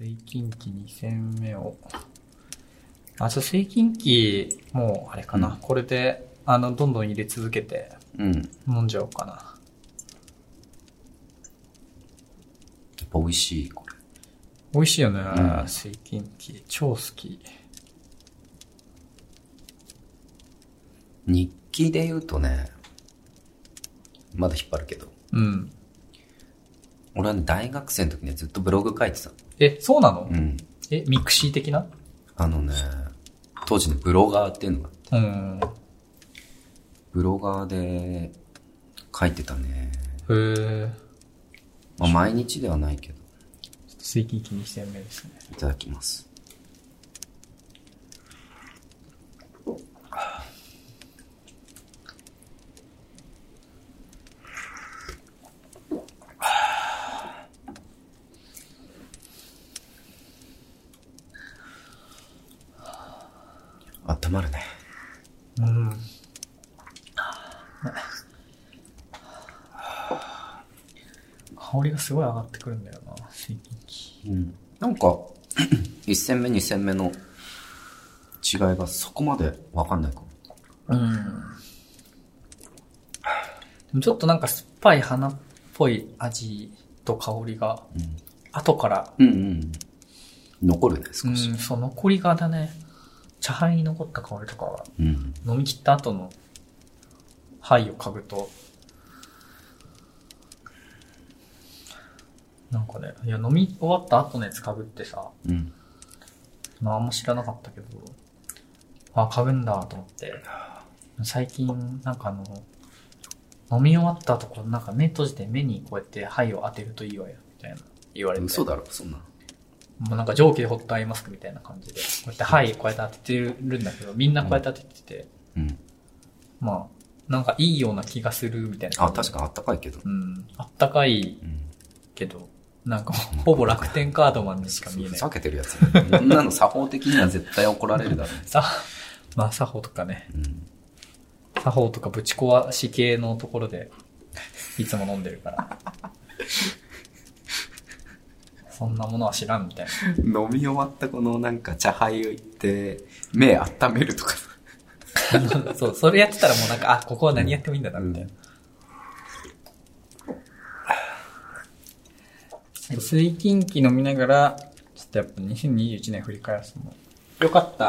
水金機2戦目を。水金機、もう、あれかな、うん。これで、どんどん入れ続けて、飲んじゃおうかな。やっぱ美味しい、これ。 美味しいよね、水金機。超好き。 日記で言うとね、まだ引っ張るけど。 うん。 俺はね、大学生の時ね、ずっとブログ書いてた。 そうなの？ うん。 ミクシー的な？ 当時ね、ブロガーっていうのがあって。 うん。 ブロガーで書いてたね。 へー。 まあ、毎日ではないけど。 ちょっと水金機2戦目ですね。 いただきます。温まるね。 うん。香りがすごい上がってくるんだよな、水金機。 うん。なんか、1戦目、2戦目の違いがそこまでわかんないかも。 うん。でもちょっとなんか酸っぱい花っぽい味と香りが、後から、 残るね、少し。 そう、残りがだね。茶灰に残った香りとかは、飲み切った後の灰を嗅ぐと、なんかね、いや飲み終わった後のやつ嗅ぐってさ、あんま知らなかったけど、嗅ぐんだと思って、最近なんか飲み終わった後なんか目閉じて目にこうやって灰を当てるといいわよみたいな言われて。 嘘だろ、そんな。 もうなんか蒸気でホットアイマスクみたいな感じで、こうやって灰こうやって当ててるんだけど、みんなこうやって当ててて、まあ、なんかいいような気がするみたいな。 確かにあったかいけど。 あったかいけど、なんかほぼ楽天カードマンにしか見えない。 避けてるやつ。こんなの作法的には絶対怒られるだろう。 まあ作法とかね。作法とかぶち壊し系のところで、いつも飲んでるから。そんなものは知らんみたいな。飲み終わったこのなんか茶灰をいって目温めるとかそう、それやってたらもうなんか、ここは何やってもいいんだなみたいな。水金機飲みながら、ちょっとやっぱ2021年振り返すの。よかった。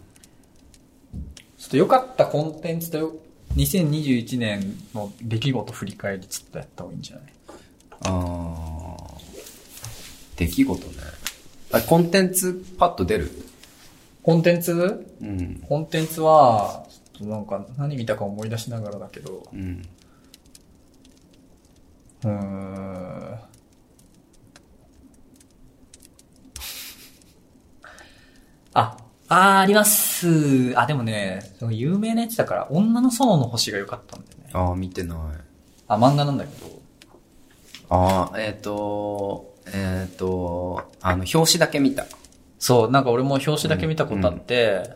ちょっとよかったコンテンツと2021年の出来事振り返りちょっとやった方がいいんじゃない？ 出来事ね。コンテンツパッと出る？ コンテンツ？コンテンツは、ちょっとなんか何見たか思い出しながらだけど。あります。でもね、有名なやつだから、女の園の星が良かったんだよね。 見てない。 漫画なんだけど。 表紙だけ見た。 そう、なんか俺も表紙だけ見たことあって、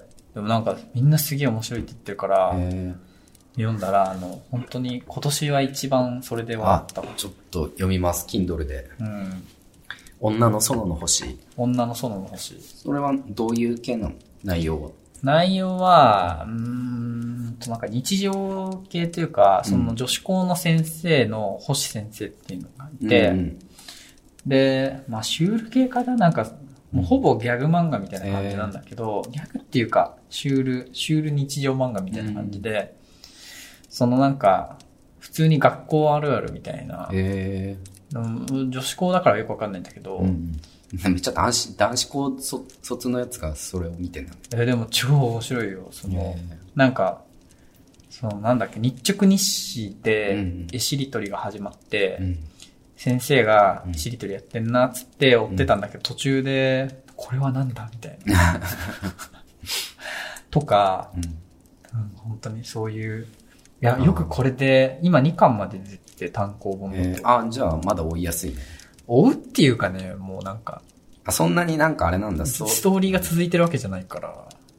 でもなんかみんなすげえ面白いって言ってるから、読んだら、本当に今年は一番それではあったわ。 ちょっと読みます、Kindle で。女の園の星。 女の園の星。 それはどういう系なの？内容は。 内容は、なんか日常系というか、その女子校の先生の星先生っていうのがいて、で、シュール系かな？なんか、もうほぼギャグ漫画みたいな感じなんだけど、ギャグっていうか、シュール日常漫画みたいな感じで、そのなんか、普通に学校あるあるみたいな、女子校だからよくわかんないんだけど、 めっちゃ男子校卒のやつがそれを見てんだ。 でも超面白いよ。なんか、なんだっけ、日直日誌で絵しりとりが始まって、先生が絵しりとりやってんなっつって追ってたんだけど、途中で、これはなんだみたいな。とか、本当にそういう、いや、よくこれで、今2巻まで出て単行本持ってる。 じゃあまだ追いやすいね。 追うっていうかね、もうなんか。 そんなになんかあれなんだ、 ストーリーが続いてるわけじゃないから。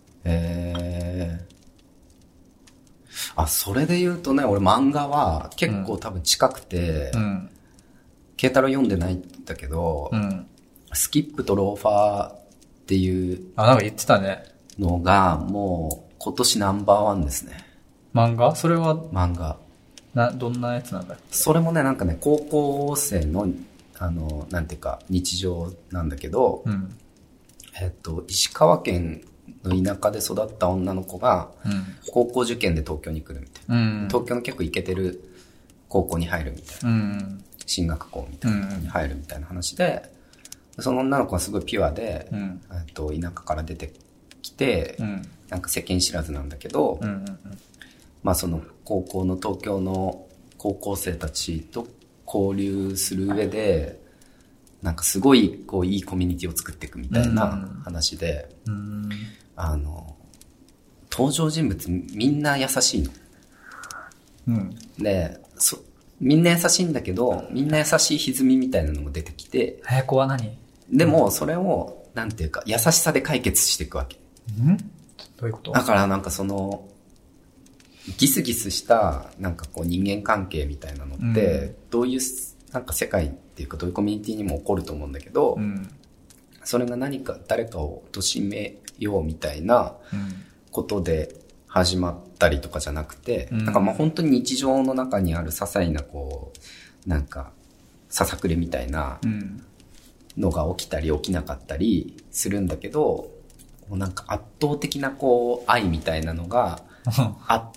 それで言うとね、俺漫画は結構多分近くて、慶太郎読んでないんだけど、 スキップとローファーっていうなんか言ってたね。 のが、もう今年ナンバーワンですね。 漫画それは、 漫画。 どんなやつなんだっけ？ それもね、なんかね、高校生の、なんていうか、日常なんだけど、 うん。 石川県の田舎で育った女の子が、高校受験で東京に来るみたいな。 うん。 東京の結構イケてる高校に入るみたいな。 うん。 進学校みたいなとこに入るみたいな話で、その女の子はすごいピュアで、田舎から出てきて、なんか世間知らずなんだけど、まあその高校の東京の高校生たちと交流する上で、なんかすごいこういいコミュニティを作っていくみたいな話で、登場人物みんな優しいの。で、みんな優しいんだけど、みんな優しい歪みみたいなのも出てきて、 早子は何？ でもそれを、なんていうか、優しさで解決していくわけ。 どういうこと？ だからなんかその、ギスギスした、なんかこう人間関係みたいなのって、どういう、なんか世界っていうかどういうコミュニティにも起こると思うんだけど、それが何か誰かを貶めようみたいなことで始まったりとかじゃなくて、なんかまあ本当に日常の中にある些細なこう、なんか、ささくれみたいなのが起きたり起きなかったりするんだけど、なんか圧倒的なこう愛みたいなのがあって、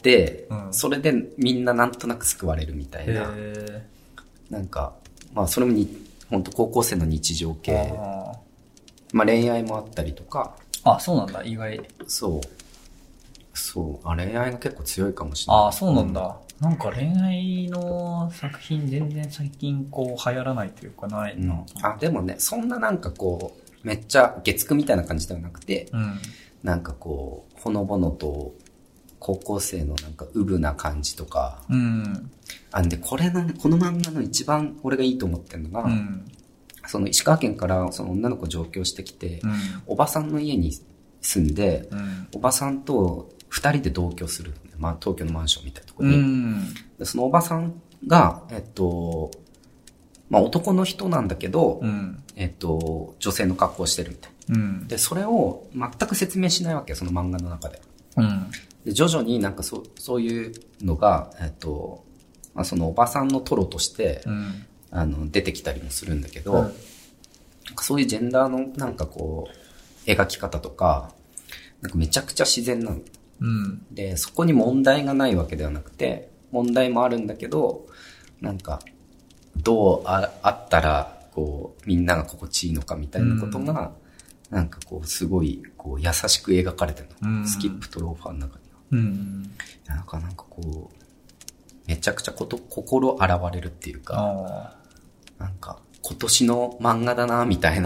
それでみんななんとなく救われるみたいな。なんか、まあそれも本当高校生の日常系。まあ恋愛もあったりとか。 そうなんだ、意外。 そう。恋愛が結構強いかもしれない。 そうなんだ。なんか恋愛の作品全然最近こう流行らないというかないな。 でもね、そんななんかこう、めっちゃ月9みたいな感じではなくて、なんかこう、ほのぼのと高校生のなんかうぶな感じとか、で、この漫画の一番俺がいいと思ってるのが、その石川県からその女の子上京してきて、おばさんの家に住んで、おばさんと二人で同居するのね。まあ東京のマンションみたいなところに。でそのおばさんが、まあ男の人なんだけど、女性の格好をしてるみたい。で、それを全く説明しないわけよ、その漫画の中で。で、徐々になんかそういうのが、まあ、そのおばさんのトロとして、出てきたりもするんだけど、そういうジェンダーのなんかこう、描き方とか、なんかめちゃくちゃ自然なの。で、そこに問題がないわけではなくて、問題もあるんだけど、なんか、どうあったら、こう、みんなが心地いいのかみたいなことが、なんかこう、すごい、こう、優しく描かれてるの。スキップとローファーの中には。なんかこう、めちゃくちゃ心洗われるっていうか、なんか、今年の漫画だな、みたいな。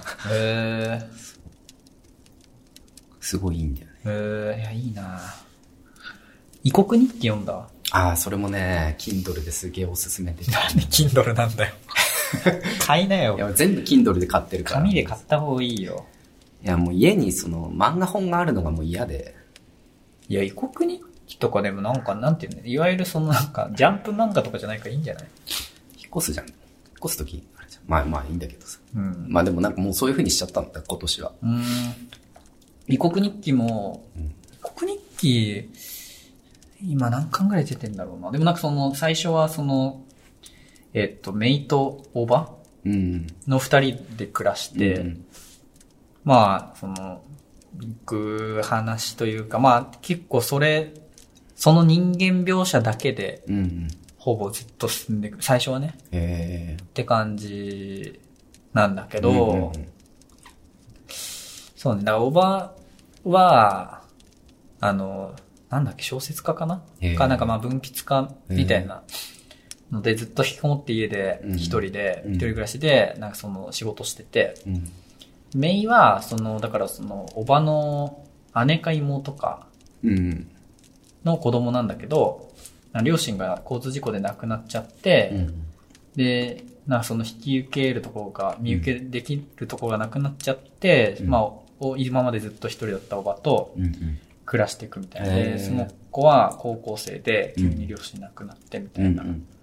すごいいいんだよね。 いや、いいな。異国日記読んだ？ それもね、Kindle ですげえおすすめで。 なんで Kindle なんだよ。買いなよ。 いや、全部 Kindle で買ってるから。 紙で買った方がいいよ。 いや、もう家にその漫画本があるのがもう嫌で。 いや、異国日記とかでもなんか、なんていうの、いわゆるそのなんか、ジャンプ漫画とかじゃないからいいんじゃない？ 引っ越すじゃん。引っ越すとき、あれじゃん。まあいいんだけどさ。まあでもなんかもうそういう風にしちゃったんだ、今年は。 異国日記も、異国日記、今何巻ぐらい出てんだろうな。でもなんかその、最初はその、姪と叔母の二人で暮らして、まあ、その、行く話というか、まあ結構その人間描写だけで、ほぼずっと進んでいく。最初はね。って感じなんだけど、そうね、だからおばは、なんだっけ、小説家かななんかまあ文筆家みたいなので、ずっと引きこもって家で、一人暮らしで、なんかその仕事してて、メイは、だからおばの姉か妹か、の子供なんだけど、両親が交通事故で亡くなっちゃって、で、なんかその引き受けるところが、見受けできるところがなくなっちゃって、まあ、今までずっと一人だったおばと暮らしていくみたいな。で、その子は高校生で急に両親亡くなってみたいな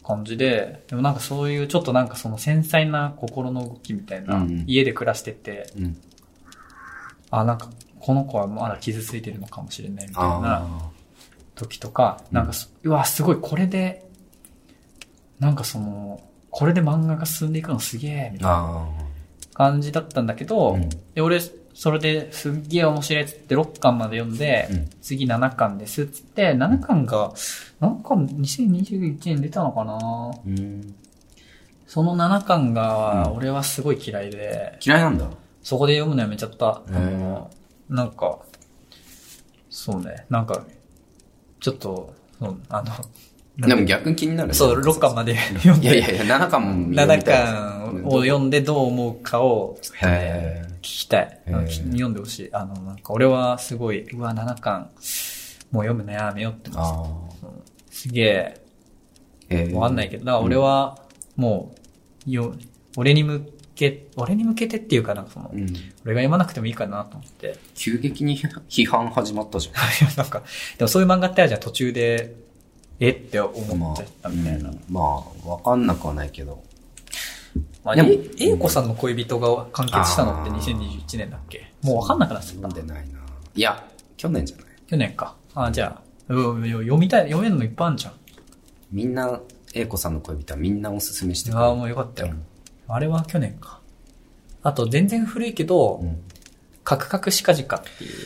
感じで、でもなんかそういうちょっとなんかその繊細な心の動きみたいな、家で暮らしてて、なんかこの子はまだ傷ついてるのかもしれないみたいな時とか、なんかうわ、すごいこれで、なんかこれで漫画が進んでいくのすげえ、みたいな感じだったんだけど、で、俺、それですっげえ面白いっつって6巻まで読んで、次7巻ですっつって、7巻が、なんか2021年出たのかな、その7巻が、俺はすごい嫌いで。 嫌いなんだ。 そこで読むのやめちゃった。なんか、そうね、なんか、ちょっと、 でも逆に気になるね。 そう、6巻まで読んで。 いや、7巻も読みたい。 7巻を読んでどう思うかを、聞きたい。読んでほしい。なんか俺はすごい、うわ、7巻、もう読むのやめようって思ってた。すげえ、わかんないけど、だから俺は、もう、俺に向けてっていうかなんか俺が読まなくてもいいかなと思って。 急激に批判始まったじゃん。 なんか、でもそういう漫画ってあるじゃん、途中で、って思っちゃったみたいな。 まあ、わかんなくはないけど。 でも、英子さんの恋人が完結したのって2021年だっけ？もうわかんなくなっちゃった。 読んでないな。いや、去年じゃない。 去年か。じゃあ、読めるのいっぱいあるじゃん。 みんな、英子さんの恋人はみんなおすすめしてくれる。もうよかったよ。あれは去年か。あと、全然古いけど、カクカクシカジカっていう。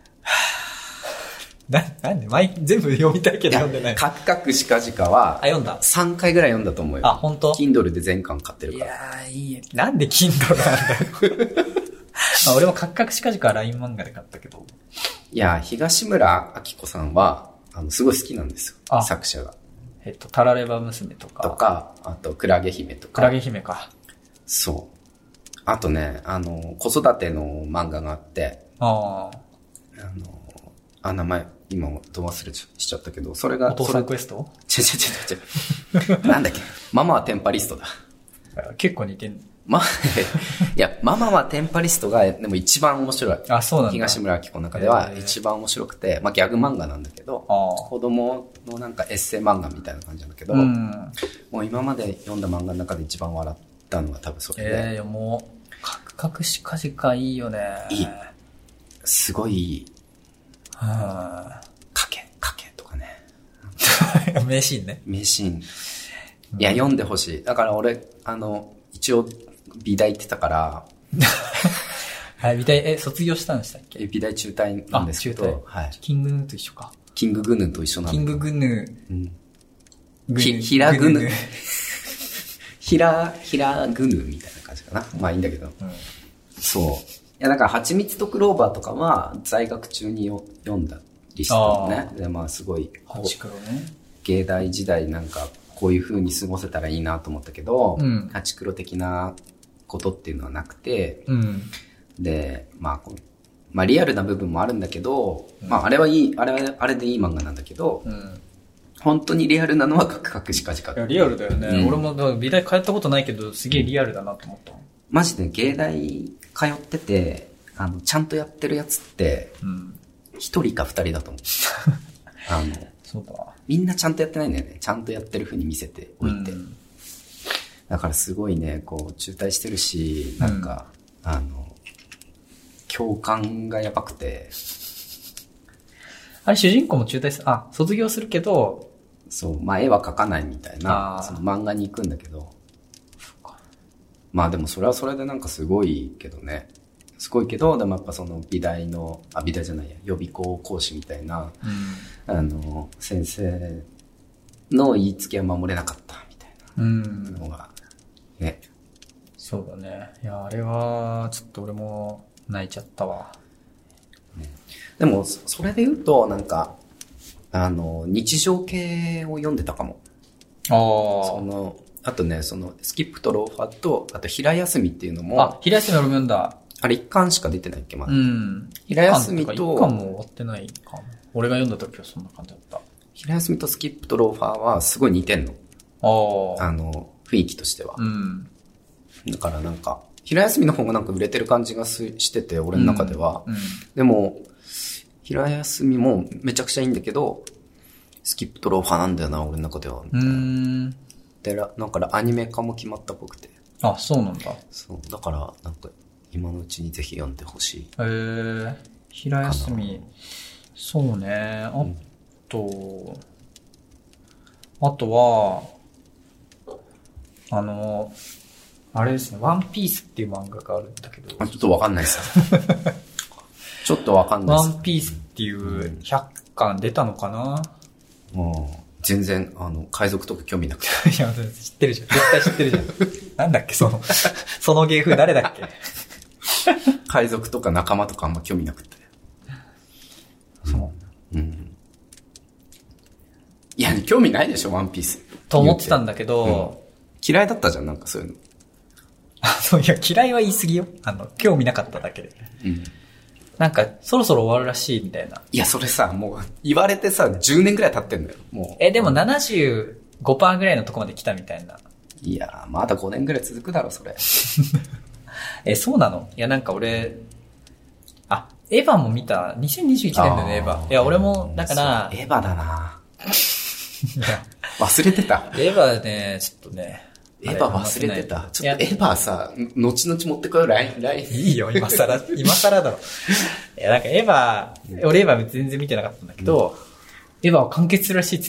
なんで全部読みたいけど読んでない。 カクカクシカジカは、 読んだ。 3回ぐらい読んだと思うよ。 本当？ Kindle で全巻買ってるから。 いやいい。なんで Kindle なんだよ。俺もカクカクシカジカは LINE 漫画で買ったけど。 いや、東村明子さんは、すごい好きなんですよ。作者が。 タラレバ娘とか。 あと、クラゲ姫とか。 クラゲ姫か。 そう。あとね、子育ての漫画があって。名前、今ど忘れしちゃったけど、それが。 お父さんクエスト？ 違う。なんだっけ。ママはテンパリストだ。 結構似てんの。 いや、ママはテンパリストが、でも一番面白い。 そうなんだ。 東村明子の中では一番面白くて、ギャグ漫画なんだけど、子供のなんかエッセイ漫画みたいな感じなんだけど、もう今まで読んだ漫画の中で一番笑ったのは多分それで。 もう、カクカクシカジカいいよね。 いい。すごいいい。かけとかね。 名シーンね。 名シーン。いや、読んでほしい。だから俺、一応、美大行ってたから。 美大、卒業したんでしたっけ？ 美大中退なんですけど。 はい。キングヌーと一緒か。 キンググヌーと一緒なんだ。 キンググヌー。 ヒラグヌー。ヒラグヌーみたいな感じかな。まあいいんだけど。そう。いや、だから、蜂蜜とクローバーとかは、在学中に読んだりしたのね。で、まあ、すごい、 ハチクロね。 芸大時代なんか、こういう風に過ごせたらいいなと思ったけど、ハチクロ的なことっていうのはなくて、で、まあ、リアルな部分もあるんだけど、まあ、あれはいい、あれでいい漫画なんだけど、本当にリアルなのはカクカクシカジカ。 いや、リアルだよね。俺も美大通ったことないけど、すげえリアルだなと思った。 マジで芸大通ってて、ちゃんとやってるやつって、一人か二人だと思う。 そうだ。 みんなちゃんとやってないんだよね。ちゃんとやってる風に見せておいて。だからすごいね、こう、中退してるし、なんか、共感がやばくて。 あれ、主人公も中退卒業するけど、 そう、まあ絵は描かないみたいな、その漫画に行くんだけど。まあでもそれはそれでなんかすごいけどね。すごいけど、でもやっぱその美大じゃないや、予備校講師みたいな、先生の言いつけは守れなかったみたいなのが、ね。 そうだね。いや、あれは、ちょっと俺も泣いちゃったわ。 でも、それで言うと、なんか、日常系を読んでたかも。あとね、スキップとローファーと、あと平休みっていうのも。 平休み俺も読んだ。 あれ一巻しか出てないっけ、まだ。平休みと。 一巻も終わってないかも。俺が読んだ時はそんな感じだった。 平休みとスキップとローファーはすごい似てんの。雰囲気としては。だからなんか、平休みの方がなんか売れてる感じがしてて、俺の中では。でも、平休みもめちゃくちゃいいんだけど、スキップとローファーなんだよな、俺の中では。っで、なんかアニメ化も決まったっぽくて。 あ、そうなんだ。 そう。だから、なんか、今のうちにぜひ読んでほしい。 平休み。そうね。あとは、あれですね、ワンピースっていう漫画があるんだけど。 ちょっとわかんないです。ちょっとわかんないです。 ワンピースっていう100巻出たのかな？ 全然、海賊とか興味なくて。 いや、知ってるじゃん。絶対知ってるじゃん。なんだっけ、その芸風誰だっけ？ 海賊とか仲間とかあんま興味なくて。 そう。 いや、興味ないでしょ、ワンピース。 と思ってたんだけど、 嫌いだったじゃん、なんかそういうの。 そう、いや、嫌いは言い過ぎよ。興味なかっただけで。なんか、そろそろ終わるらしいみたいな。 いや、それさ、もう、言われてさ、10年くらい経ってんだよ、もう。でも75% ぐらいのとこまで来たみたいな。 いや、まだ5年くらい続くだろ、それ。 そうなの？いや、なんか俺、エヴァも見た。2021年だよね、エヴァ。いや、俺も、だから。 エヴァだな忘れてた。 エヴァね、ちょっとね。 エヴァ忘れてた。ちょっとエヴァさ、後々持ってこよう、来いいよ、今更だろ。いや、なんか俺エヴァ全然見てなかったんだけど、エヴァを完結するらしいっつって、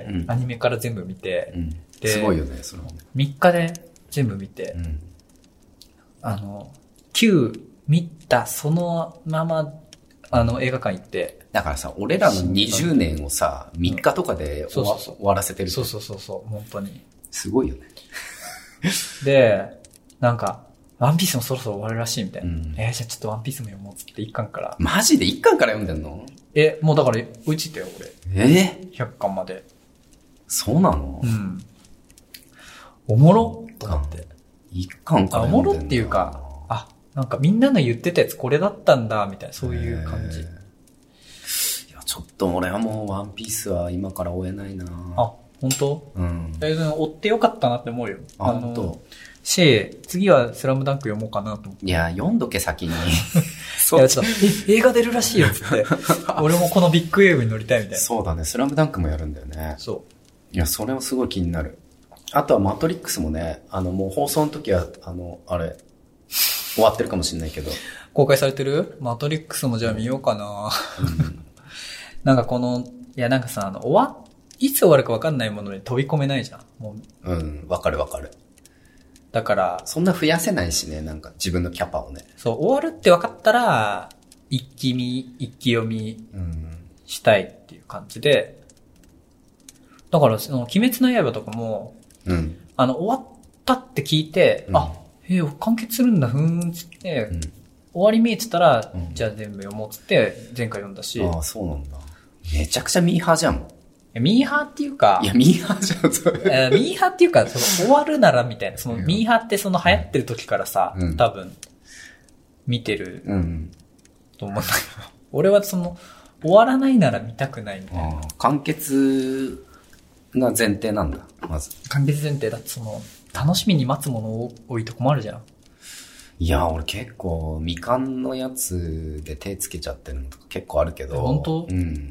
アニメから全部見て、 すごいよね、それもね。 3日で全部見て、9見たそのまま、映画館行って。 だからさ、俺らの20年をさ、3日とかで終わらせてる。 そう、本当に。 すごいよね。 で、なんか、ワンピースもそろそろ終わるらしいみたいな。じゃあちょっとワンピースも読もうっつって1巻から。 マジで1巻から読んでんの？ もうだから追いついたよ、俺。100巻まで。 そうなの？ おもろと思って。 1巻から読んでんの？おもろっていうか、なんかみんなの言ってたやつこれだったんだ、みたいな、そういう感じ。いや、ちょっと俺はもうワンピースは今から追えないな。 本当？追ってよかったなって思うよ。 本当。 次はスラムダンク読もうかなと思って。 いや、読んどけ先に。 いや、ちょっと、映画出るらしいよ、つって。俺もこのビッグウェーブに乗りたいみたいな。 そうだね、スラムダンクもやるんだよね。 そう。 いや、それもすごい気になる。あとはマトリックスもね、もう放送の時は、あれ、終わってるかもしれないけど。 公開されてる？マトリックスもじゃあ見ようかな。なんかなんかさ、いつ終わるか分かんないものに飛び込めないじゃん。もう。わかる。 だから。 そんな増やせないしね、なんか自分のキャパをね。 そう、終わるって分かったら、一気読みしたいっていう感じで。だから、鬼滅の刃とかも、終わったって聞いて、完結するんだ、つって、終わり見えてたら、じゃあ全部読もうつって、前回読んだし。 そうなんだ。めちゃくちゃミーハーじゃん。 ミーハーっていうか。 いや、ミーハーじゃん、それ。 ミーハーっていうか、終わるならみたいな。ミーハーって流行ってる時からさ、多分、見てる、と思うんだけど。俺は終わらないなら見たくないみたいな。 完結が前提なんだ、まず。 完結前提だって楽しみに待つものを置いて困るじゃん。 いや、俺結構、未完のやつで手つけちゃってるのとか結構あるけど。 本当？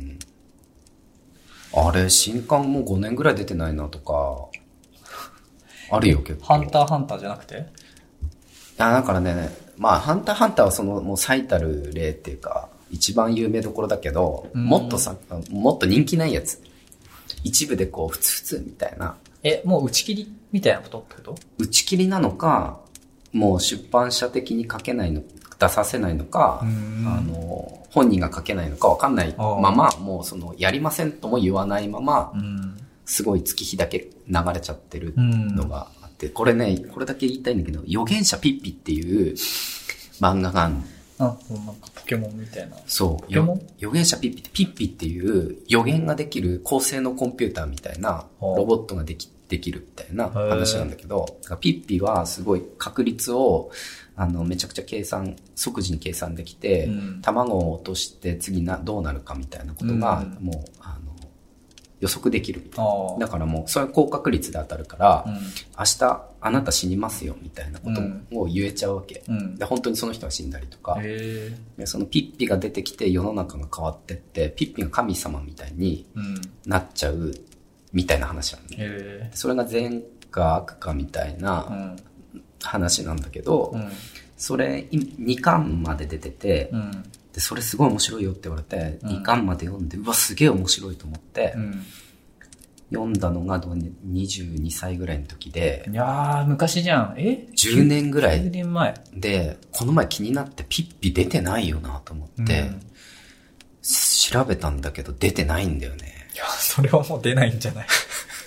あれ、新刊もう5年ぐらい出てないなとか、あるよ結構。 ハンターハンターじゃなくて？ だからね、ハンターハンターはもう最たる例っていうか、一番有名どころだけど、もっと人気ないやつ。一部でふつふつみたいな。 もう打ち切りみたいなことってこと？ 打ち切りなのか、もう出版社的に書けないの、出させないのか、本人が書けないのか分かんないまま、もうやりませんとも言わないまま、すごい月日だけ流れちゃってるのがあって、これね、これだけ言いたいんだけど、預言者ピッピっていう漫画があるの。 なんかポケモンみたいな。 そう。預言者ピッピっていう予言ができる高性能コンピューターみたいなロボットができるみたいな話なんだけど、ピッピはすごい確率をめちゃくちゃ即時に計算できて、卵を落として次どうなるかみたいなことがもう予測できるみたいな。だからもうそれは高確率で当たるから、明日あなた死にますよみたいなことを言えちゃうわけ。で本当にその人が死んだりとか、でそのピッピが出てきて世の中が変わってって、ピッピが神様みたいになっちゃうみたいな話なんで、それが前か悪かみたいな話なんだけど、それ2巻まで出てて、でそれすごい面白いよって言われて、2巻まで読んで、うわすげえ面白いと思って、読んだのが22歳ぐらいの時で、 いやー昔じゃん。 10年ぐらい 10年前で、この前気になってピッピ出てないよなと思って、調べたんだけど出てないんだよね。 いやそれはもう出ないんじゃない。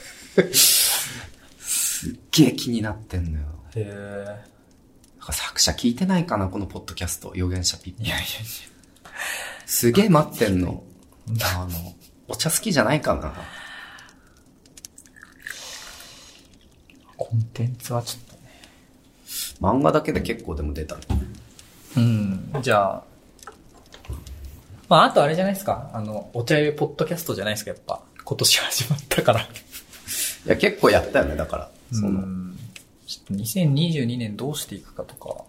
すっげえ気になってんのよ。 へー。作者聞いてないかなこのポッドキャスト、予言者ピッピ。 いやすげえ待ってんの。お茶好きじゃないかな。 コンテンツはちょっとね。 漫画だけで結構でも出たの。じゃあ、まああとあれじゃないですか。お茶湯ポッドキャストじゃないですか、やっぱ。今年始まったから。いや、結構やったよね、だから。 ちょっと2022年どうしていくかとか。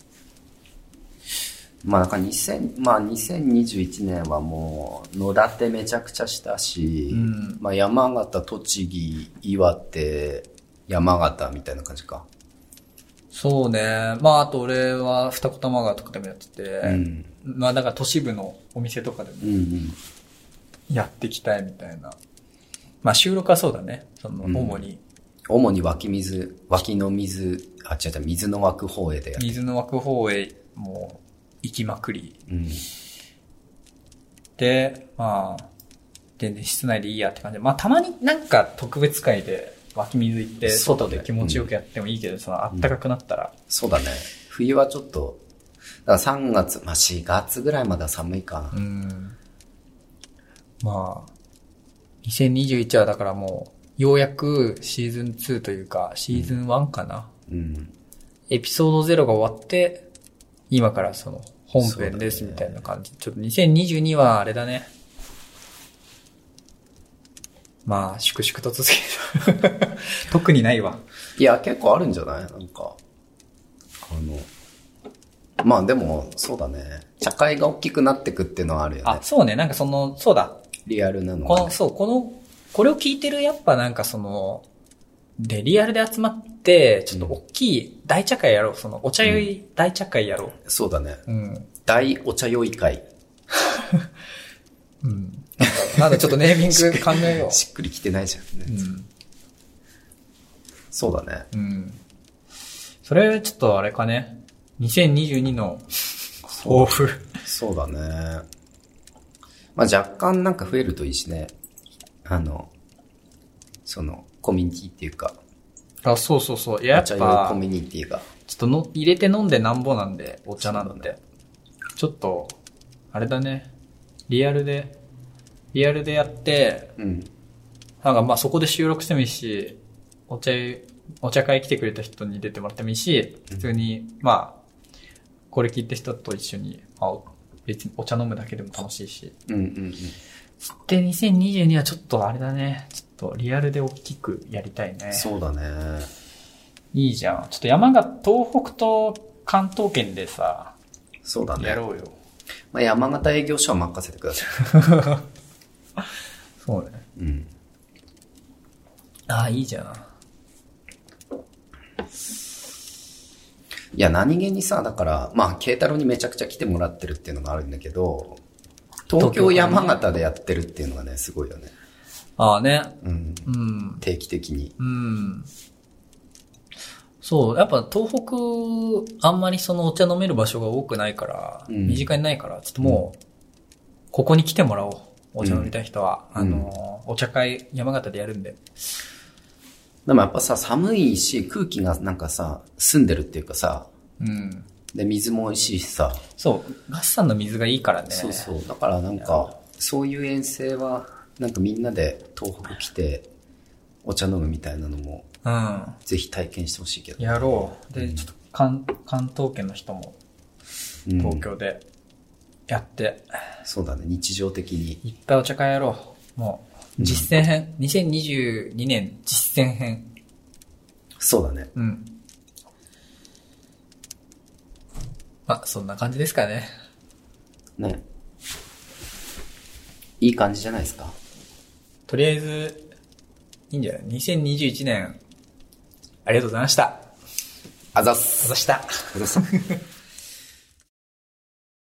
まあなんか2021年はもう、野立てめちゃくちゃしたし、まあ山形、栃木、岩手、山形みたいな感じか。 そうね。まああと俺は二子玉川とかでもやってて、まあだから都市部のお店とかでもやっていきたいみたいな。まあ収録はそうだね。 主に水の湧く方へでやって。 水の湧く方へもう行きまくり。で、まあ、全然室内でいいやって感じで。まあたまになんか特別会で湧き水行って外で気持ちよくやってもいいけど、あったかくなったら。 そうだね。冬はちょっと、だから3月、まあ4月ぐらいまでは寒いかな。 まあ、2021はだからもう、ようやくシーズン2というか、シーズン1かな。エピソード0が終わって、今から本編ですみたいな感じ。ちょっと2022はあれだね。まあ、粛々と続ける。特にないわ。 いや、結構あるんじゃない？なんか、まあでも、そうだね。社会が大きくなってくっていうのはあるよね。 あ、そうね。なんかそうだ。 リアルなのが、ね。 これを聞いてるやっぱなんかで、リアルで集まって、ちょっと大きい大茶会やろう。お茶酔い大茶会やろう。 そうだね。大お茶酔い会。 なんだちょっとネーミング考えよう。 しっくりきてないじゃん、そうだね。 それちょっとあれかね。2022の抱負。 そうだね。まあ若干なんか増えるといいしね。コミュニティっていうか。 あ、そうそうそう。やっぱ。お茶用コミュニティが。 ちょっと入れて飲んでなんぼなんで、お茶なんで。ちょっと、あれだね。リアルでやって、なんかまあそこで収録してもいいし、お茶会来てくれた人に出てもらってもいいし、普通に、まあ、これ聞いた人と一緒に、別にお茶飲むだけでも楽しいし。で、2022はちょっとあれだね。ちょっとリアルで大きくやりたいね。 そうだね。 いいじゃん。ちょっと東北と関東圏でさ、 そうだね。 やろうよ。 まあ、山形営業所は任せてください。 そうね。ああ、いいじゃん。 いや、何気にさ、だから、まあ、慶太郎にめちゃくちゃ来てもらってるっていうのがあるんだけど、東京山形でやってるっていうのがね、すごいよね。 ああね。 定期的に。 そう、やっぱ東北、あんまりお茶飲める場所が多くないから、身近にないから、ちょっともう、ここに来てもらおう。お茶飲みたい人は。お茶会山形でやるんで。 でもやっぱさ、寒いし、空気がなんかさ、澄んでるっていうかさ、で、水も美味しいしさ。 そう、ガッサンの水がいいからね。 そうそう。だからなんか、そういう遠征は、なんかみんなで東北来て、お茶飲むみたいなのも、ぜひ体験してほしいけど、 やろう。で、ちょっと関東圏の人も、東京でやって、 そうだね、日常的に。 いっぱいお茶会やろう。もう、実践編。2022年実践編。 そうだね。 まあ、そんな感じですかね。 ね。いい感じじゃないですか。 とりあえず、いいんじゃない ?2021 年、 ありがとうございました。 あざっす。 あざした。 あざっす。